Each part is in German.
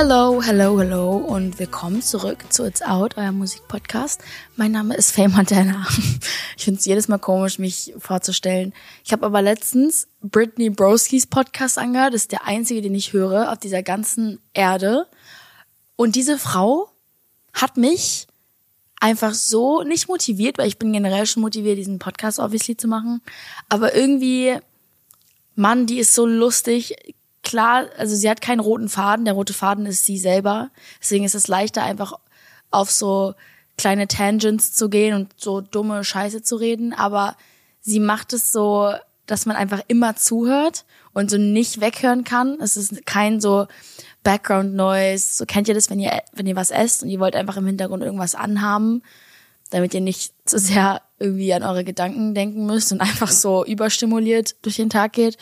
Hello und willkommen zurück zu It's Out, euer Musikpodcast. Mein Name ist Faye Montana. Ich finde es jedes Mal komisch, mich vorzustellen. Ich habe aber letztens Britney Broskis Podcast angehört. Das ist der einzige, den ich höre auf dieser ganzen Erde. Und diese Frau hat mich einfach so nicht motiviert, weil ich bin generell schon motiviert, diesen Podcast obviously zu machen. Aber irgendwie, Mann, die ist so lustig. Klar, also sie hat keinen roten Faden, der rote Faden ist sie selber. Deswegen ist es leichter, einfach auf so kleine Tangents zu gehen und so dumme Scheiße zu reden. Aber sie macht es so, dass man einfach immer zuhört und so nicht weghören kann. Es ist kein so Background Noise. So kennt ihr das, wenn ihr was esst und ihr wollt einfach im Hintergrund irgendwas anhaben, damit ihr nicht zu sehr irgendwie an eure Gedanken denken müsst und einfach so überstimuliert durch den Tag geht.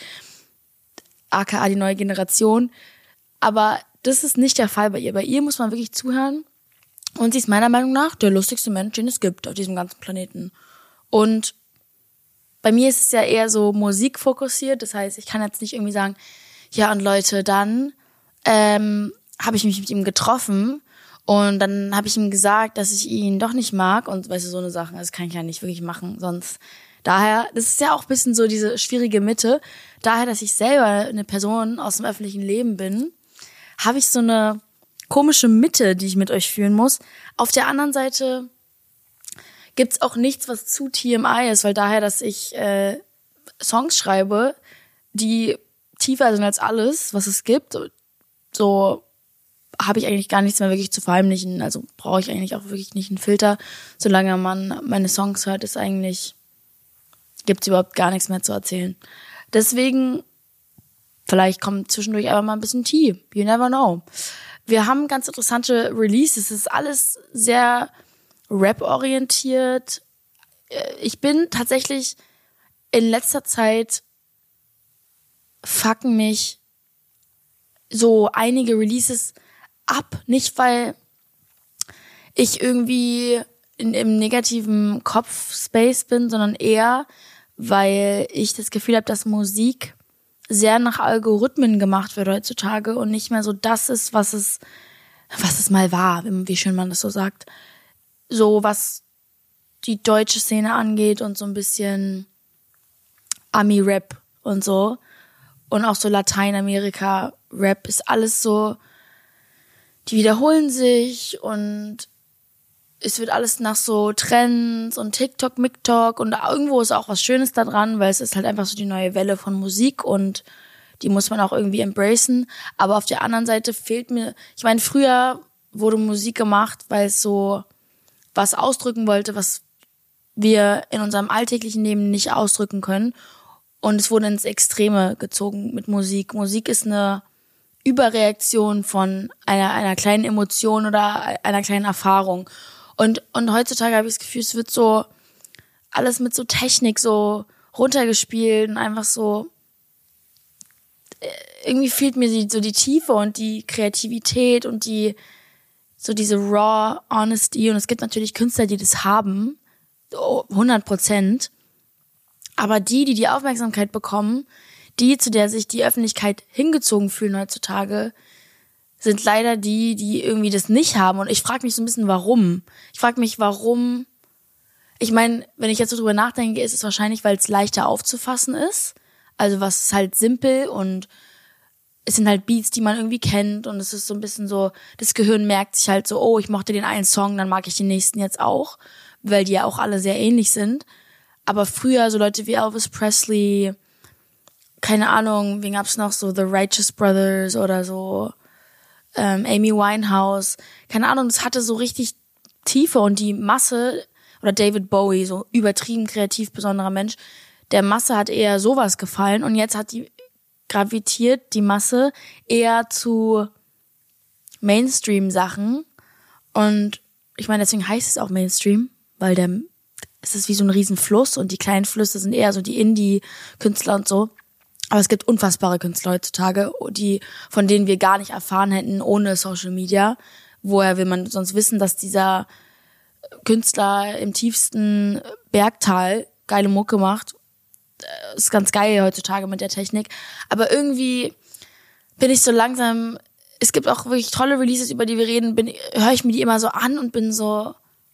aka die neue Generation. Aber das ist nicht der Fall bei ihr. Bei ihr muss man wirklich zuhören. Und sie ist meiner Meinung nach der lustigste Mensch, den es gibt auf diesem ganzen Planeten. Und bei mir ist es ja eher so musikfokussiert. Das heißt, ich kann jetzt nicht irgendwie sagen, ja und Leute, dann habe ich mich mit ihm getroffen und dann habe ich ihm gesagt, dass ich ihn doch nicht mag. Und weißt du, so eine Sache, das kann ich ja nicht wirklich machen, sonst... Daher, das ist ja auch ein bisschen so diese schwierige Mitte. Daher, dass ich selber eine Person aus dem öffentlichen Leben bin, habe ich so eine komische Mitte, die ich mit euch führen muss. Auf der anderen Seite gibt's auch nichts, was zu TMI ist, weil daher, dass ich Songs schreibe, die tiefer sind als alles, was es gibt, so habe ich eigentlich gar nichts mehr wirklich zu verheimlichen. Also brauche ich eigentlich auch wirklich nicht einen Filter. Solange man meine Songs hört, ist eigentlich... gibt's überhaupt gar nichts mehr zu erzählen. Deswegen, vielleicht kommt zwischendurch aber mal ein bisschen Tee. You never know. Wir haben ganz interessante Releases. Es ist alles sehr Rap-orientiert. Ich bin tatsächlich in letzter Zeit fucken mich so einige Releases ab. Nicht, weil ich irgendwie im negativen Kopfspace bin, sondern eher, weil ich das Gefühl habe, dass Musik sehr nach Algorithmen gemacht wird heutzutage und nicht mehr so das ist, was es mal war, wie schön man das so sagt. So was die deutsche Szene angeht und so ein bisschen Ami-Rap und so und auch so Lateinamerika-Rap ist alles so, die wiederholen sich und es wird alles nach so Trends und TikTok, MikTok und irgendwo ist auch was Schönes da dran, weil es ist halt einfach so die neue Welle von Musik und die muss man auch irgendwie embracen. Aber auf der anderen Seite fehlt mir, ich meine, früher wurde Musik gemacht, weil es so was ausdrücken wollte, was wir in unserem alltäglichen Leben nicht ausdrücken können. Und es wurde ins Extreme gezogen mit Musik. Musik ist eine Überreaktion von einer kleinen Emotion oder einer kleinen Erfahrung. Und heutzutage habe ich das Gefühl, es wird so alles mit so Technik so runtergespielt und einfach so, irgendwie fehlt mir so die Tiefe und die Kreativität und so diese raw Honesty. Und es gibt natürlich Künstler, die das haben, so 100%. Aber die Aufmerksamkeit bekommen, zu der sich die Öffentlichkeit hingezogen fühlen heutzutage, sind leider die irgendwie das nicht haben. Und ich frage mich so ein bisschen, warum. Ich frage mich, warum. Ich meine, wenn ich jetzt so drüber nachdenke, ist es wahrscheinlich, weil es leichter aufzufassen ist. Also was ist halt simpel und es sind halt Beats, die man irgendwie kennt. Und es ist so ein bisschen so, das Gehirn merkt sich halt so, oh, ich mochte den einen Song, dann mag ich den nächsten jetzt auch. Weil die ja auch alle sehr ähnlich sind. Aber früher so Leute wie Elvis Presley, keine Ahnung, wen gab's noch, so The Righteous Brothers oder so, Amy Winehouse, keine Ahnung, das hatte so richtig Tiefe und die Masse, oder David Bowie, so übertrieben kreativ besonderer Mensch, der Masse hat eher sowas gefallen und jetzt gravitiert die Masse eher zu Mainstream-Sachen und ich meine, deswegen heißt es auch Mainstream, weil es ist wie so ein Riesenfluss und die kleinen Flüsse sind eher so die Indie-Künstler und so. Aber es gibt unfassbare Künstler heutzutage, von denen wir gar nicht erfahren hätten ohne Social Media. Woher will man sonst wissen, dass dieser Künstler im tiefsten Bergtal geile Mucke macht? Ist ganz geil heutzutage mit der Technik. Aber irgendwie bin ich so langsam es gibt auch wirklich tolle Releases, über die wir reden, höre ich mir die immer so an und bin so,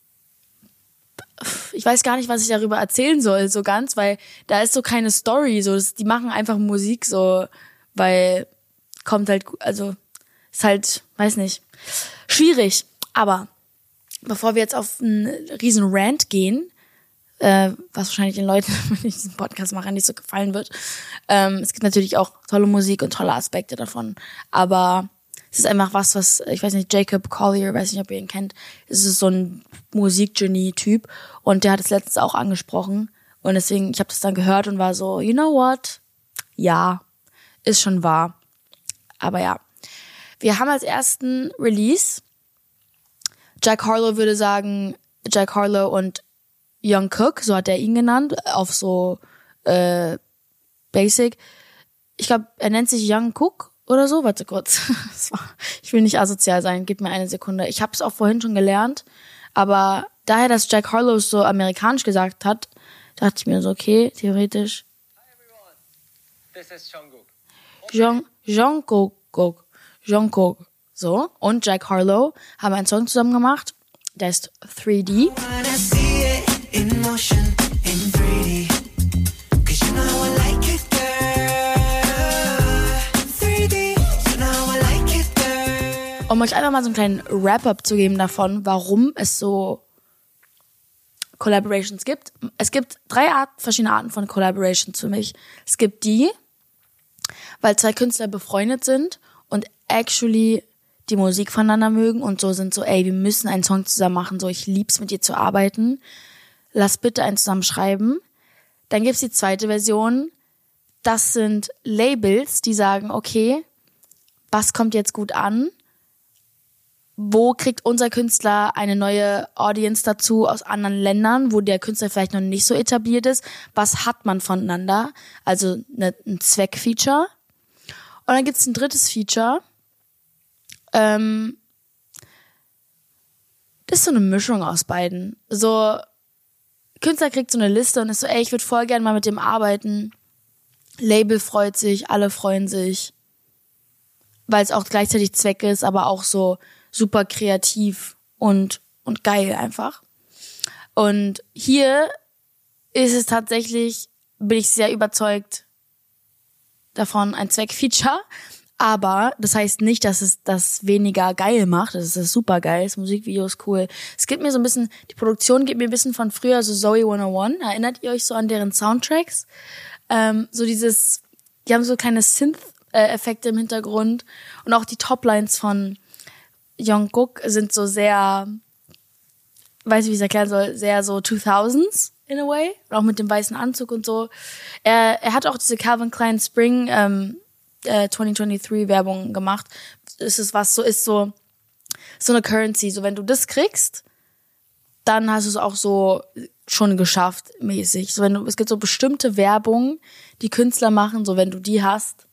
ich weiß gar nicht, was ich darüber erzählen soll, so ganz, weil da ist so keine Story, so, die machen einfach Musik so, weil kommt halt, also, ist halt, weiß nicht, schwierig. Aber bevor wir jetzt auf einen riesen Rant gehen, was wahrscheinlich den Leuten, wenn ich diesen Podcast mache, nicht so gefallen wird. Es gibt natürlich auch tolle Musik und tolle Aspekte davon, aber es ist einfach was, ich weiß nicht, Jacob Collier, weiß nicht, ob ihr ihn kennt, es ist so ein Musikgenie-Typ und der hat es letztens auch angesprochen und deswegen, ich habe das dann gehört und war so, you know what? Ja, ist schon wahr. Aber ja, wir haben als ersten Release, Jack Harlow würde sagen, Jack Harlow und Jungkook, so hat er ihn genannt, auf so Basic. Ich glaube, er nennt sich Jungkook oder so. Warte kurz. Ich will nicht asozial sein, gib mir eine Sekunde. Ich habe es auch vorhin schon gelernt, aber daher, dass Jack Harlow so amerikanisch gesagt hat, dachte ich mir so, okay, theoretisch. Hi everyone, this is Jungkook. Jungkook. So, und Jack Harlow haben einen Song zusammen gemacht, der ist 3D. Um euch einfach mal so einen kleinen Wrap-up zu geben davon, warum es so Collaborations gibt. Es gibt verschiedene Arten von Collaborations für mich. Es gibt die, weil zwei Künstler befreundet sind und actually die Musik voneinander mögen und so sind so, ey, wir müssen einen Song zusammen machen, so, ich lieb's mit dir zu arbeiten. Lass bitte einen zusammen schreiben. Dann gibt's die zweite Version. Das sind Labels, die sagen, okay, was kommt jetzt gut an? Wo kriegt unser Künstler eine neue Audience dazu aus anderen Ländern, wo der Künstler vielleicht noch nicht so etabliert ist? Was hat man voneinander? Also ein Zweckfeature. Und dann gibt's ein drittes Feature. Das ist so eine Mischung aus beiden. So, Künstler kriegt so eine Liste und ist so, ey, ich würde voll gerne mal mit dem arbeiten. Label freut sich, alle freuen sich. Weil es auch gleichzeitig Zweck ist, aber auch so super kreativ und geil einfach. Und hier ist es tatsächlich, bin ich sehr überzeugt davon, ein Zweckfeature. Aber das heißt nicht, dass es das weniger geil macht. Das ist super geil. Das Musikvideo ist cool. Es gibt mir so ein bisschen, die Produktion gibt mir ein bisschen von früher, so Zoe 101. Erinnert ihr euch so an deren Soundtracks? So dieses, die haben so kleine Synth-Effekte im Hintergrund. Und auch die Toplines von Jungkook sind so sehr, weiß ich, wie ich es erklären soll, sehr so 2000s in a way. Und auch mit dem weißen Anzug und so. Er hat auch diese Calvin Klein Spring 2023 Werbung gemacht. Es ist was so ist so eine Currency. So wenn du das kriegst, dann hast du es auch so schon geschafft mäßig. So es gibt so bestimmte Werbung, die Künstler machen. So wenn du die hast,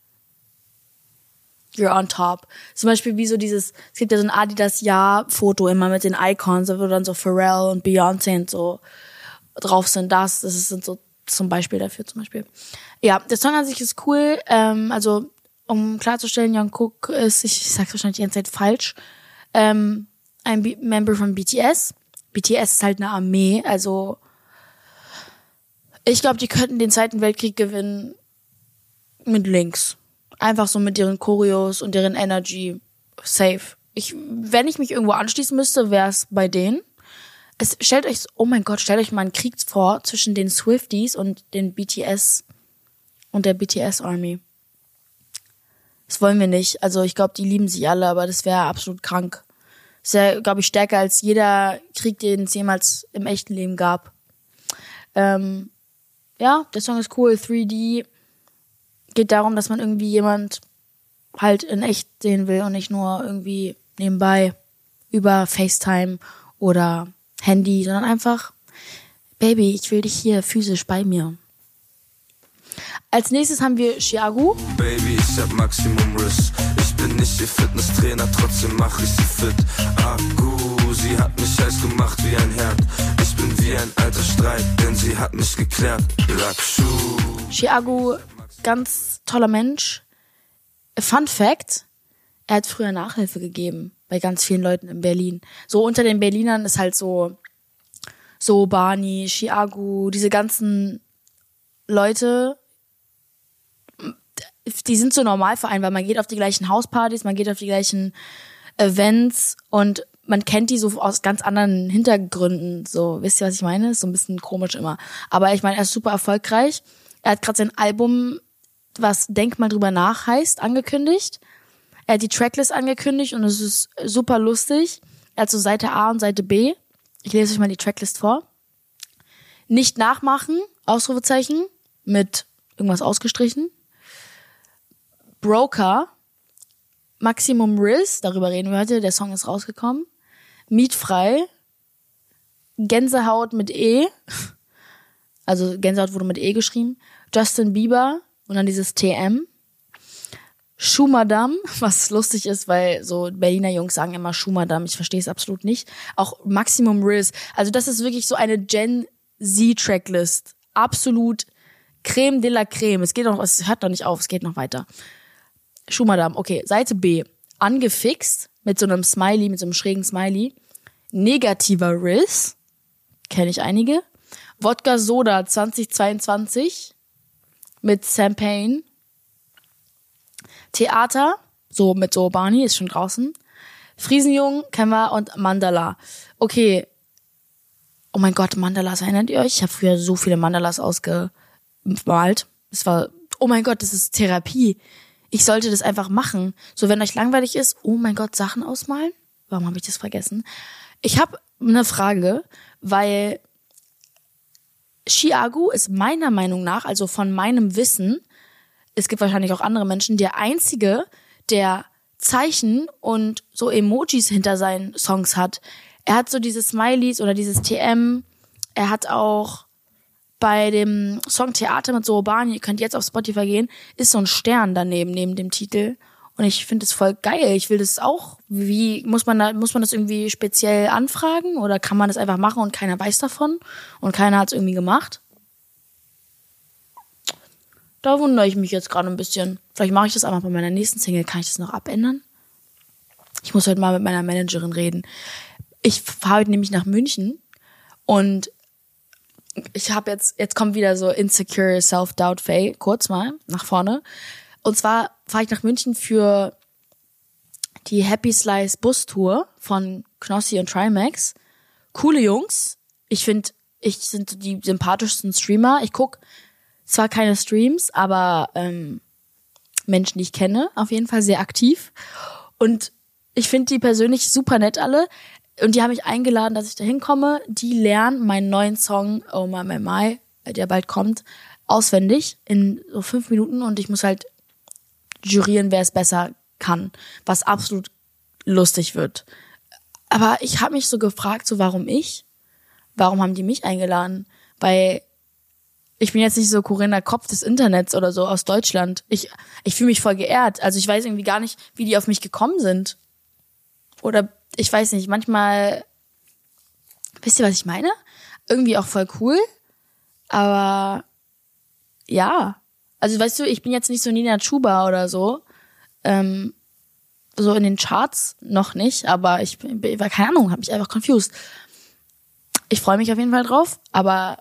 you're on top. Zum Beispiel wie so es gibt ja so ein Adidas-Jahr-Foto immer mit den Icons, wo dann so Pharrell und Beyoncé und so drauf sind. Das sind so zum Beispiel dafür zum Beispiel. Ja, der Song an sich ist cool. Also um klarzustellen, Jungkook ist, ich sag's wahrscheinlich die ganze Zeit falsch, ein Member von BTS. BTS ist halt eine Armee, also ich glaube, die könnten den Zweiten Weltkrieg gewinnen mit Links. Einfach so mit deren Choreos und deren Energy. Safe. Wenn ich mich irgendwo anschließen müsste, wäre es bei denen. Stellt euch mal einen Krieg vor zwischen den Swifties und den BTS und der BTS Army. Das wollen wir nicht. Also ich glaube, die lieben sich alle, aber das wäre absolut krank. Das wäre, glaube ich, stärker als jeder Krieg, den es jemals im echten Leben gab. Ja, der Song ist cool. 3D geht darum, dass man irgendwie jemand halt in echt sehen will und nicht nur irgendwie nebenbei über FaceTime oder Handy, sondern einfach, Baby, ich will dich hier physisch bei mir. Als nächstes haben wir Chiago. Baby, ich hab Maximum-Riss. Ich bin nicht ihr Fitnesstrainer, trotzdem mach ich sie fit. Akku, sie hat mich heiß gemacht wie ein Herd. Ich bin wie ein alter Streit, denn sie hat mich geklärt. Chiago, ganz toller Mensch. Fun Fact, er hat früher Nachhilfe gegeben bei ganz vielen Leuten in Berlin. So unter den Berlinern ist halt so Barney, Chiago, diese ganzen Leute, die sind so Normalverein, weil man geht auf die gleichen Hauspartys, man geht auf die gleichen Events und man kennt die so aus ganz anderen Hintergründen. So, wisst ihr, was ich meine? Ist so ein bisschen komisch immer. Aber ich meine, er ist super erfolgreich. Er hat gerade sein Album, was Denk mal drüber nach heißt, angekündigt. Er hat die Tracklist angekündigt und es ist super lustig. Er hat so Seite A und Seite B. Ich lese euch mal die Tracklist vor. Nicht nachmachen, Ausrufezeichen, mit irgendwas ausgestrichen. Broker, Maximum Riss, darüber reden wir heute, der Song ist rausgekommen. Mietfrei, Gänsehaut mit E, also Gänsehaut wurde mit E geschrieben. Justin Bieber und dann dieses TM. Schuhmadam, was lustig ist, weil so Berliner Jungs sagen immer Schuhmadam, ich verstehe es absolut nicht. Auch Maximum Riss, also das ist wirklich so eine Gen Z-Tracklist. Absolut Creme de la Creme. Es hört doch nicht auf, es geht noch weiter. Schuhmadam, okay, Seite B. Angefixt, mit so einem Smiley, mit so einem schrägen Smiley. Negativer Riss, kenne ich einige. Wodka Soda 2022 mit Sam Payne. Theater, so mit so Barney, ist schon draußen. Friesenjungen, kennen wir, und Mandala. Okay, oh mein Gott, Mandalas, erinnert ihr euch? Ich habe früher so viele Mandalas ausgemalt. Es war, oh mein Gott, das ist Therapie. Ich sollte das einfach machen. So, wenn euch langweilig ist, oh mein Gott, Sachen ausmalen? Warum habe ich das vergessen? Ich habe eine Frage, weil Chiago ist meiner Meinung nach, also von meinem Wissen, es gibt wahrscheinlich auch andere Menschen, der Einzige, der Zeichen und so Emojis hinter seinen Songs hat. Er hat so diese Smileys oder dieses TM. Er hat auch bei dem Song Theater mit Sorobani, ihr könnt jetzt auf Spotify gehen, ist so ein Stern daneben, neben dem Titel. Und ich finde das voll geil. Ich will das auch. Wie muss man das irgendwie speziell anfragen oder kann man das einfach machen und keiner weiß davon und keiner hat es irgendwie gemacht? Da wundere ich mich jetzt gerade ein bisschen. Vielleicht mache ich das einfach bei meiner nächsten Single. Kann ich das noch abändern? Ich muss heute mal mit meiner Managerin reden. Ich fahre heute nämlich nach München und ich habe jetzt kommt wieder so Insecure Self-Doubt Faye, kurz mal nach vorne. Und zwar fahre ich nach München für die Happy Slice Bus-Tour von Knossi und Trimax. Coole Jungs. Ich finde, sind die sympathischsten Streamer. Ich gucke zwar keine Streams, aber Menschen, die ich kenne, auf jeden Fall sehr aktiv. Und ich finde die persönlich super nett alle. Und die haben mich eingeladen, dass ich da hinkomme. Die lernen meinen neuen Song, Oh My My My, der bald kommt, auswendig in so 5 Minuten. Und ich muss halt jurieren, wer es besser kann, was absolut lustig wird. Aber ich habe mich so gefragt, so warum ich? Warum haben die mich eingeladen? Weil ich bin jetzt nicht so Corinna Kopf des Internets oder so aus Deutschland. Ich fühle mich voll geehrt. Also ich weiß irgendwie gar nicht, wie die auf mich gekommen sind. Oder ich weiß nicht, manchmal, wisst ihr, was ich meine? Irgendwie auch voll cool. Aber ja, also weißt du, ich bin jetzt nicht so Nina Chuba oder so. So in den Charts noch nicht, aber ich war keine Ahnung, habe mich einfach confused. Ich freue mich auf jeden Fall drauf, aber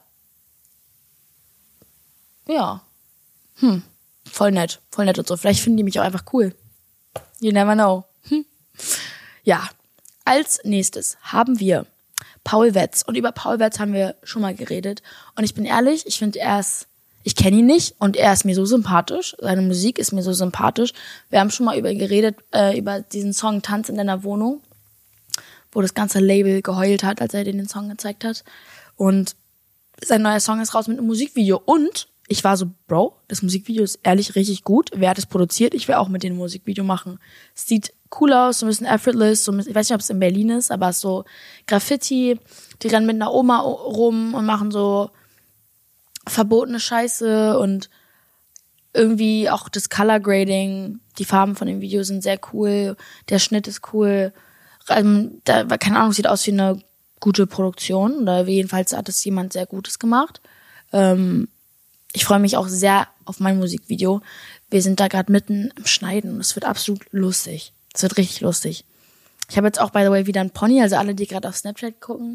ja, voll nett und so. Vielleicht finden die mich auch einfach cool. You never know. Ja, als nächstes haben wir Paul Wetz. Und über Paul Wetz haben wir schon mal geredet. Und ich bin ehrlich, ich finde ich kenne ihn nicht und er ist mir so sympathisch. Seine Musik ist mir so sympathisch. Wir haben schon mal über ihn geredet, über diesen Song Tanz in deiner Wohnung, wo das ganze Label geheult hat, als er den Song gezeigt hat. Und sein neuer Song ist raus mit einem Musikvideo. Und ich war so, Bro, das Musikvideo ist ehrlich richtig gut. Wer hat es produziert? Ich will auch mit dem Musikvideo machen. Es sieht cool aus, so ein bisschen effortless. So ein bisschen, ich weiß nicht, ob es in Berlin ist, aber es ist so Graffiti. Die rennen mit einer Oma rum und machen so verbotene Scheiße und irgendwie auch das Color Grading. Die Farben von dem Video sind sehr cool. Der Schnitt ist cool. Keine Ahnung, sieht aus wie eine gute Produktion. Oder jedenfalls hat es jemand sehr Gutes gemacht. Ich freue mich auch sehr auf mein Musikvideo. Wir sind da gerade mitten im Schneiden und es wird absolut lustig. Das wird richtig lustig. Ich habe jetzt auch, by the way, wieder ein Pony, also alle, die gerade auf Snapchat gucken.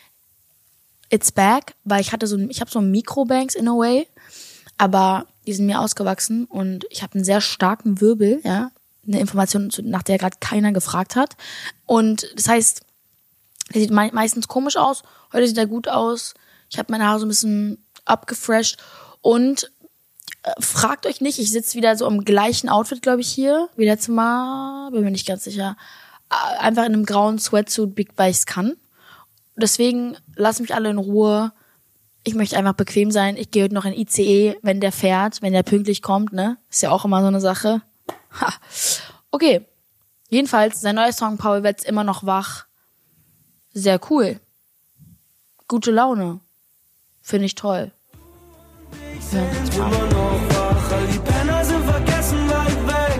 It's back, weil ich habe so Microbanks in a way, aber die sind mir ausgewachsen und ich habe einen sehr starken Wirbel, ja, eine Information, nach der gerade keiner gefragt hat. Und das heißt, der sieht meistens komisch aus, heute sieht er gut aus. Ich habe meine Haare so ein bisschen abgefresht und fragt euch nicht, ich sitze wieder so im gleichen Outfit, glaube ich, hier, wie letztes Mal, bin mir nicht ganz sicher. Einfach in einem grauen Sweatsuit, weil ich es kann. Deswegen lasst mich alle in Ruhe. Ich möchte einfach bequem sein. Ich gehe heute noch in ICE, wenn der fährt, wenn der pünktlich kommt, ne? Ist ja auch immer so eine Sache. Ha. Okay. Jedenfalls, sein neuer Song Paul wird's immer noch wach. Sehr cool. Gute Laune. Finde ich toll. Ja, Immer noch wach, all die Penner sind vergessen weit weg.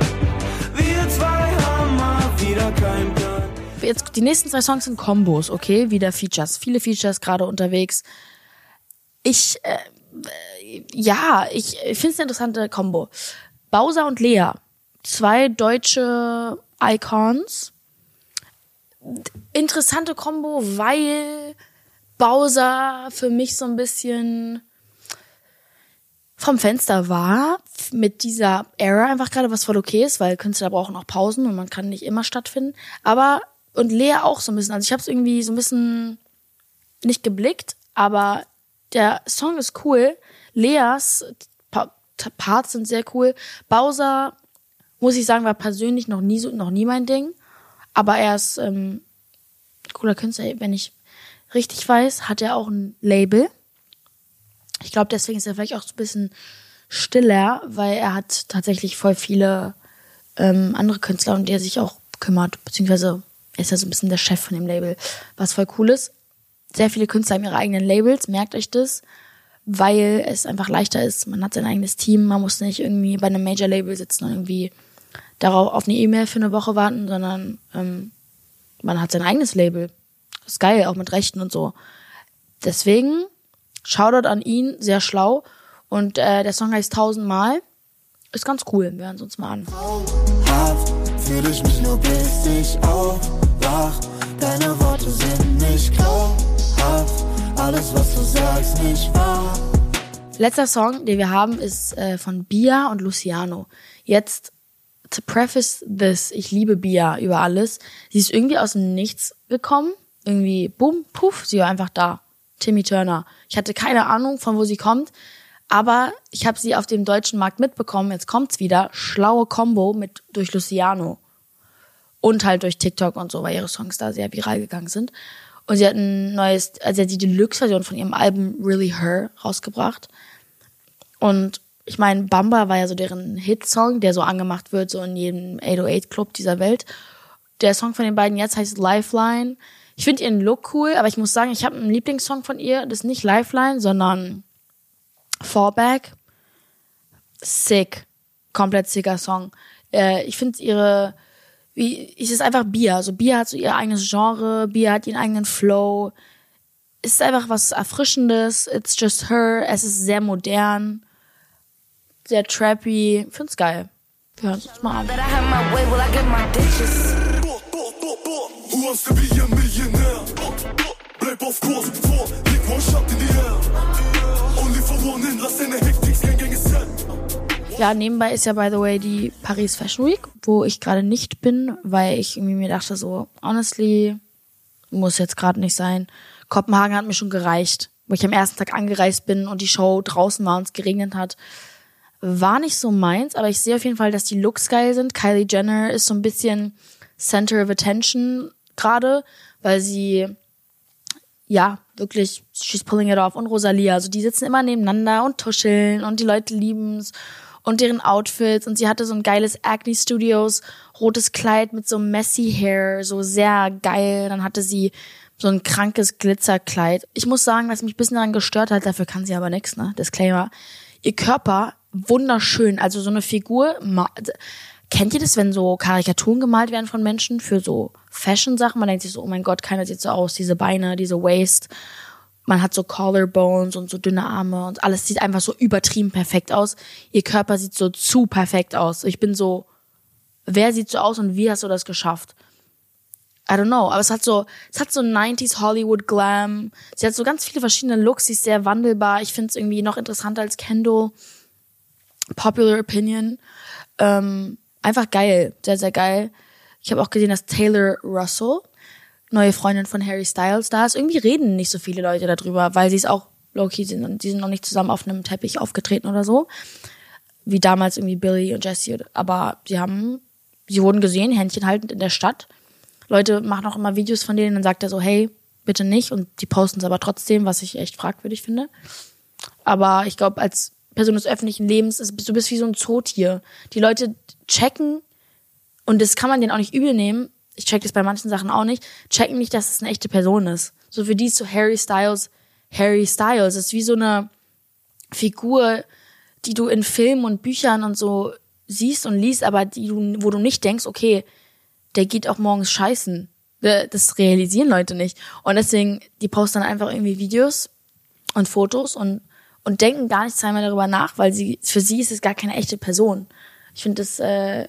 Wir zwei haben mal wieder kein Plan. Jetzt, die nächsten 2 Songs sind Kombos, okay? Wieder Features. Viele Features gerade unterwegs. Ich finde es eine interessante Kombo. Bowser und Lea. 2 deutsche Icons. Interessante Kombo, weil Bowser für mich so ein bisschen vom Fenster war mit dieser Era einfach gerade, was voll okay ist, weil Künstler brauchen auch Pausen und man kann nicht immer stattfinden. Aber, und Lea auch so ein bisschen, also ich habe es irgendwie so ein bisschen nicht geblickt, aber der Song ist cool. Leas Parts sind sehr cool. Bowser, muss ich sagen, war persönlich noch nie mein Ding. Aber er ist cooler Künstler. Wenn ich richtig weiß, hat er auch ein Label. Ich glaube, deswegen ist er vielleicht auch so ein bisschen stiller, weil er hat tatsächlich voll viele andere Künstler, um die er sich auch kümmert. Beziehungsweise er ist ja so ein bisschen der Chef von dem Label. Was voll cool ist. Sehr viele Künstler haben ihre eigenen Labels, merkt euch das, weil es einfach leichter ist. Man hat sein eigenes Team, man muss nicht irgendwie bei einem Major-Label sitzen und irgendwie darauf auf eine E-Mail für eine Woche warten, sondern man hat sein eigenes Label. Das ist geil, auch mit Rechten und so. Deswegen, Shoutout an ihn, sehr schlau. Und der Song heißt 1000-mal. Ist ganz cool, wir hören es uns mal an. Haft fühle ich mich nur, bis ich aufwach. Deine Worte sind nicht glaubhaft. Alles, was du sagst, nicht wahr. Letzter Song, den wir haben, ist von Bia und Luciano. Jetzt, to preface this, ich liebe Bia über alles. Sie ist irgendwie aus dem Nichts gekommen. Irgendwie, boom, puff, sie war einfach da. Timmy Turner. Ich hatte keine Ahnung, von wo sie kommt. Aber ich habe sie auf dem deutschen Markt mitbekommen. Jetzt kommt's wieder. Schlaue Combo durch Luciano. Und halt durch TikTok und so, weil ihre Songs da sehr viral gegangen sind. Und sie hat sie hat die Deluxe-Version von ihrem Album Really Her rausgebracht. Und ich meine, Bamba war ja so deren Hitsong, der so angemacht wird, so in jedem 808-Club dieser Welt. Der Song von den beiden jetzt heißt Lifeline. Ich finde ihren Look cool, aber ich muss sagen, ich habe einen Lieblingssong von ihr. Das ist nicht Lifeline, sondern Fallback. Sick. Komplett sicker Song. Ich finde es ist einfach Bia. Also Bia hat so ihr eigenes Genre, Bia hat ihren eigenen Flow. Es ist einfach was Erfrischendes. It's just her. Es ist sehr modern, sehr trappy. Ich find's geil. Wir hören es uns mal an. Who wants to be a millionaire? Bleib auf Kurs, leg mal Shot in die Air. Only for one in, lass deine Hektik, Gang set. Ja, nebenbei ist ja, by the way, die Paris Fashion Week, wo ich gerade nicht bin, weil ich irgendwie mir dachte so, honestly, muss jetzt gerade nicht sein. Kopenhagen hat mir schon gereicht, wo ich am ersten Tag angereist bin und die Show draußen war und es geregnet hat. War nicht so meins, aber ich sehe auf jeden Fall, dass die Looks geil sind. Kylie Jenner ist so ein bisschen Center of Attention gerade, weil sie, ja, wirklich, she's pulling it off. Und Rosalia, also die sitzen immer nebeneinander und tuscheln und die Leute lieben's und deren Outfits. Und sie hatte so ein geiles Acne Studios rotes Kleid mit so messy Hair, so sehr geil. Dann hatte sie so ein krankes Glitzerkleid. Ich muss sagen, dass mich ein bisschen daran gestört hat, dafür kann sie aber nichts, ne? Disclaimer. Ihr Körper, wunderschön, also so eine Figur. Kennt ihr das, wenn so Karikaturen gemalt werden von Menschen für so Fashion-Sachen? Man denkt sich so, oh mein Gott, keiner sieht so aus, diese Beine, diese Waist. Man hat so Collarbones und so dünne Arme und alles sieht einfach so übertrieben perfekt aus. Ihr Körper sieht so zu perfekt aus. Ich bin so, wer sieht so aus und wie hast du das geschafft? I don't know, aber es hat so 90s Hollywood Glam. Sie hat so ganz viele verschiedene Looks, sie ist sehr wandelbar. Ich finde es irgendwie noch interessanter als Kendall. Popular Opinion. Einfach geil, sehr, sehr geil. Ich habe auch gesehen, dass Taylor Russell, neue Freundin von Harry Styles, da ist. Irgendwie reden nicht so viele Leute darüber, weil sie ist auch low-key sind und die sind noch nicht zusammen auf einem Teppich aufgetreten oder so. Wie damals irgendwie Billy und Jessie. Aber sie wurden gesehen, Händchen haltend in der Stadt. Leute machen auch immer Videos von denen, dann sagt er so, hey, bitte nicht. Und die posten es aber trotzdem, was ich echt fragwürdig finde. Aber ich glaube, als Person des öffentlichen Lebens, du bist wie so ein Zootier. Die Leute checken, und das kann man denen auch nicht übel nehmen, ich check das bei manchen Sachen auch nicht, checken nicht, dass es eine echte Person ist. So für die ist so Harry Styles. Das ist wie so eine Figur, die du in Filmen und Büchern und so siehst und liest, aber wo du nicht denkst, okay, der geht auch morgens scheißen. Das realisieren Leute nicht. Und deswegen, die posten dann einfach irgendwie Videos und Fotos und denken gar nicht zweimal darüber nach, weil für sie ist es gar keine echte Person. Ich finde das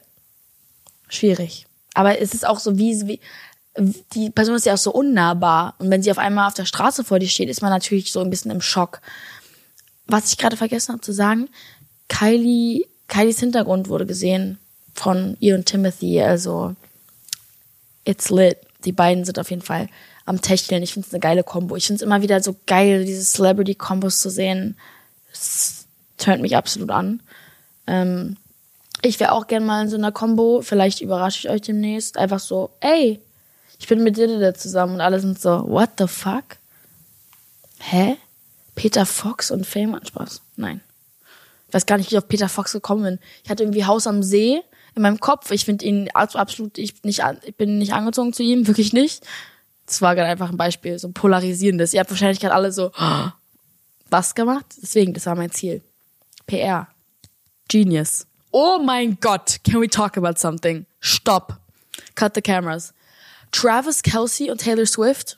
schwierig. Aber es ist auch so, wie die Person ist ja auch so unnahbar. Und wenn sie auf einmal auf der Straße vor dir steht, ist man natürlich so ein bisschen im Schock. Was ich gerade vergessen habe zu sagen, Kylies Hintergrund wurde gesehen von ihr und Timothy. Also, it's lit. Die beiden sind auf jeden Fall am Techteln. Ich finde es eine geile Kombo. Ich finde es immer wieder so geil, diese Celebrity-Kombos zu sehen. Das turnt mich absolut an. Ich wäre auch gern mal in so einer Kombo. Vielleicht überrasche ich euch demnächst. Einfach so, ey, ich bin mit dir zusammen. Und alle sind so, what the fuck? Hä? Peter Fox und Fame? Spaß. Nein. Ich weiß gar nicht, wie ich auf Peter Fox gekommen bin. Ich hatte irgendwie Haus am See in meinem Kopf. Ich finde ihn absolut, ich bin nicht angezogen zu ihm, wirklich nicht. Das war gerade einfach ein Beispiel, so ein polarisierendes. Ihr habt wahrscheinlich gerade alle so, was gemacht? Deswegen, das war mein Ziel. PR. Genius. Oh mein Gott, can we talk about something? Stop. Cut the cameras. Travis Kelce und Taylor Swift.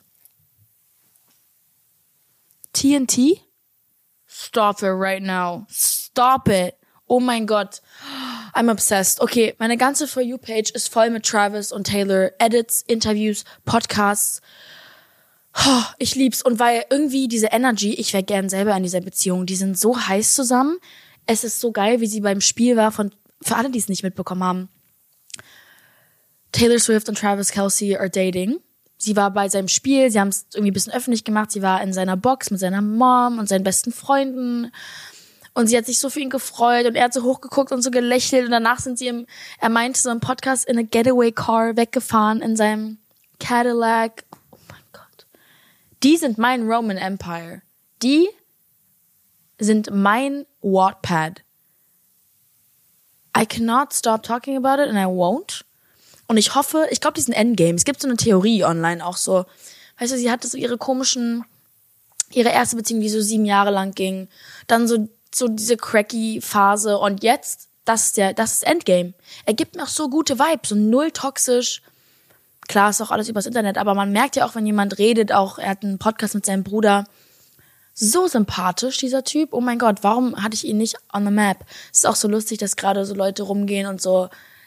TNT? Stop it right now. Stop it. Oh mein Gott. I'm obsessed. Okay, meine ganze For You-Page ist voll mit Travis und Taylor. Edits, Interviews, Podcasts. Ich lieb's. Und weil irgendwie diese Energy, ich wäre gern selber in dieser Beziehung, die sind so heiß zusammen. Es ist so geil, wie sie beim Spiel war für alle, die es nicht mitbekommen haben. Taylor Swift und Travis Kelce are dating. Sie war bei seinem Spiel, sie haben es irgendwie ein bisschen öffentlich gemacht. Sie war in seiner Box mit seiner Mom und seinen besten Freunden. Und sie hat sich so für ihn gefreut und er hat so hochgeguckt und so gelächelt. Und danach sind sie er meinte so im Podcast, in a Getaway Car weggefahren in seinem Cadillac. Oh mein Gott. Die sind mein Roman Empire. Die sind mein Wattpad. I cannot stop talking about it and I won't. Und ich hoffe, ich glaube, die sind Endgame. Es gibt so eine Theorie online auch so. Weißt du, sie hatte so ihre erste Beziehung, die so 7 Jahre lang ging. Dann so diese cracky Phase. Und jetzt, das ist Endgame. Er gibt mir auch so gute Vibes. So null toxisch. Klar, ist auch alles übers Internet. Aber man merkt ja auch, wenn jemand redet, auch, er hat einen Podcast mit seinem Bruder. So sympathisch, dieser Typ. Oh mein Gott, warum hatte ich ihn nicht on the map? Es ist auch so lustig, dass gerade so Leute rumgehen und so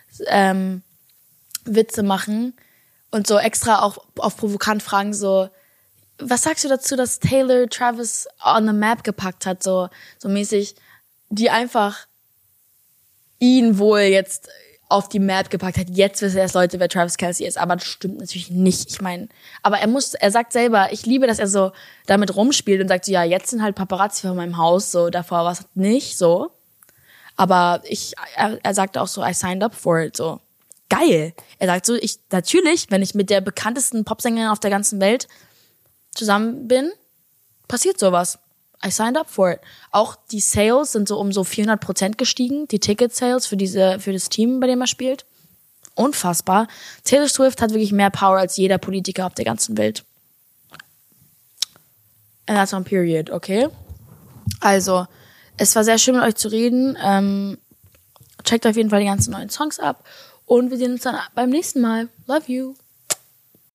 Witze machen und so extra auch auf provokant fragen, so, was sagst du dazu, dass Taylor Travis on the map gepackt hat, so mäßig, die einfach ihn wohl jetzt auf die Map gepackt hat. Jetzt wissen erst Leute, wer Travis Kelce ist, aber das stimmt natürlich nicht. Ich meine, aber er sagt selber, ich liebe, dass er so damit rumspielt und sagt so, ja, jetzt sind halt Paparazzi vor meinem Haus, so, davor war es nicht so. Aber er sagt auch so, I signed up for it, so. Geil. Er sagt so, natürlich, wenn ich mit der bekanntesten Popsängerin auf der ganzen Welt zusammen bin, passiert sowas. I signed up for it. Auch die Sales sind so um so 400% gestiegen, die Ticket-Sales für das Team, bei dem er spielt. Unfassbar. Taylor Swift hat wirklich mehr Power als jeder Politiker auf der ganzen Welt. And that's on period, okay? Also, es war sehr schön mit euch zu reden. Checkt auf jeden Fall die ganzen neuen Songs ab. Und wir sehen uns dann beim nächsten Mal. Love you.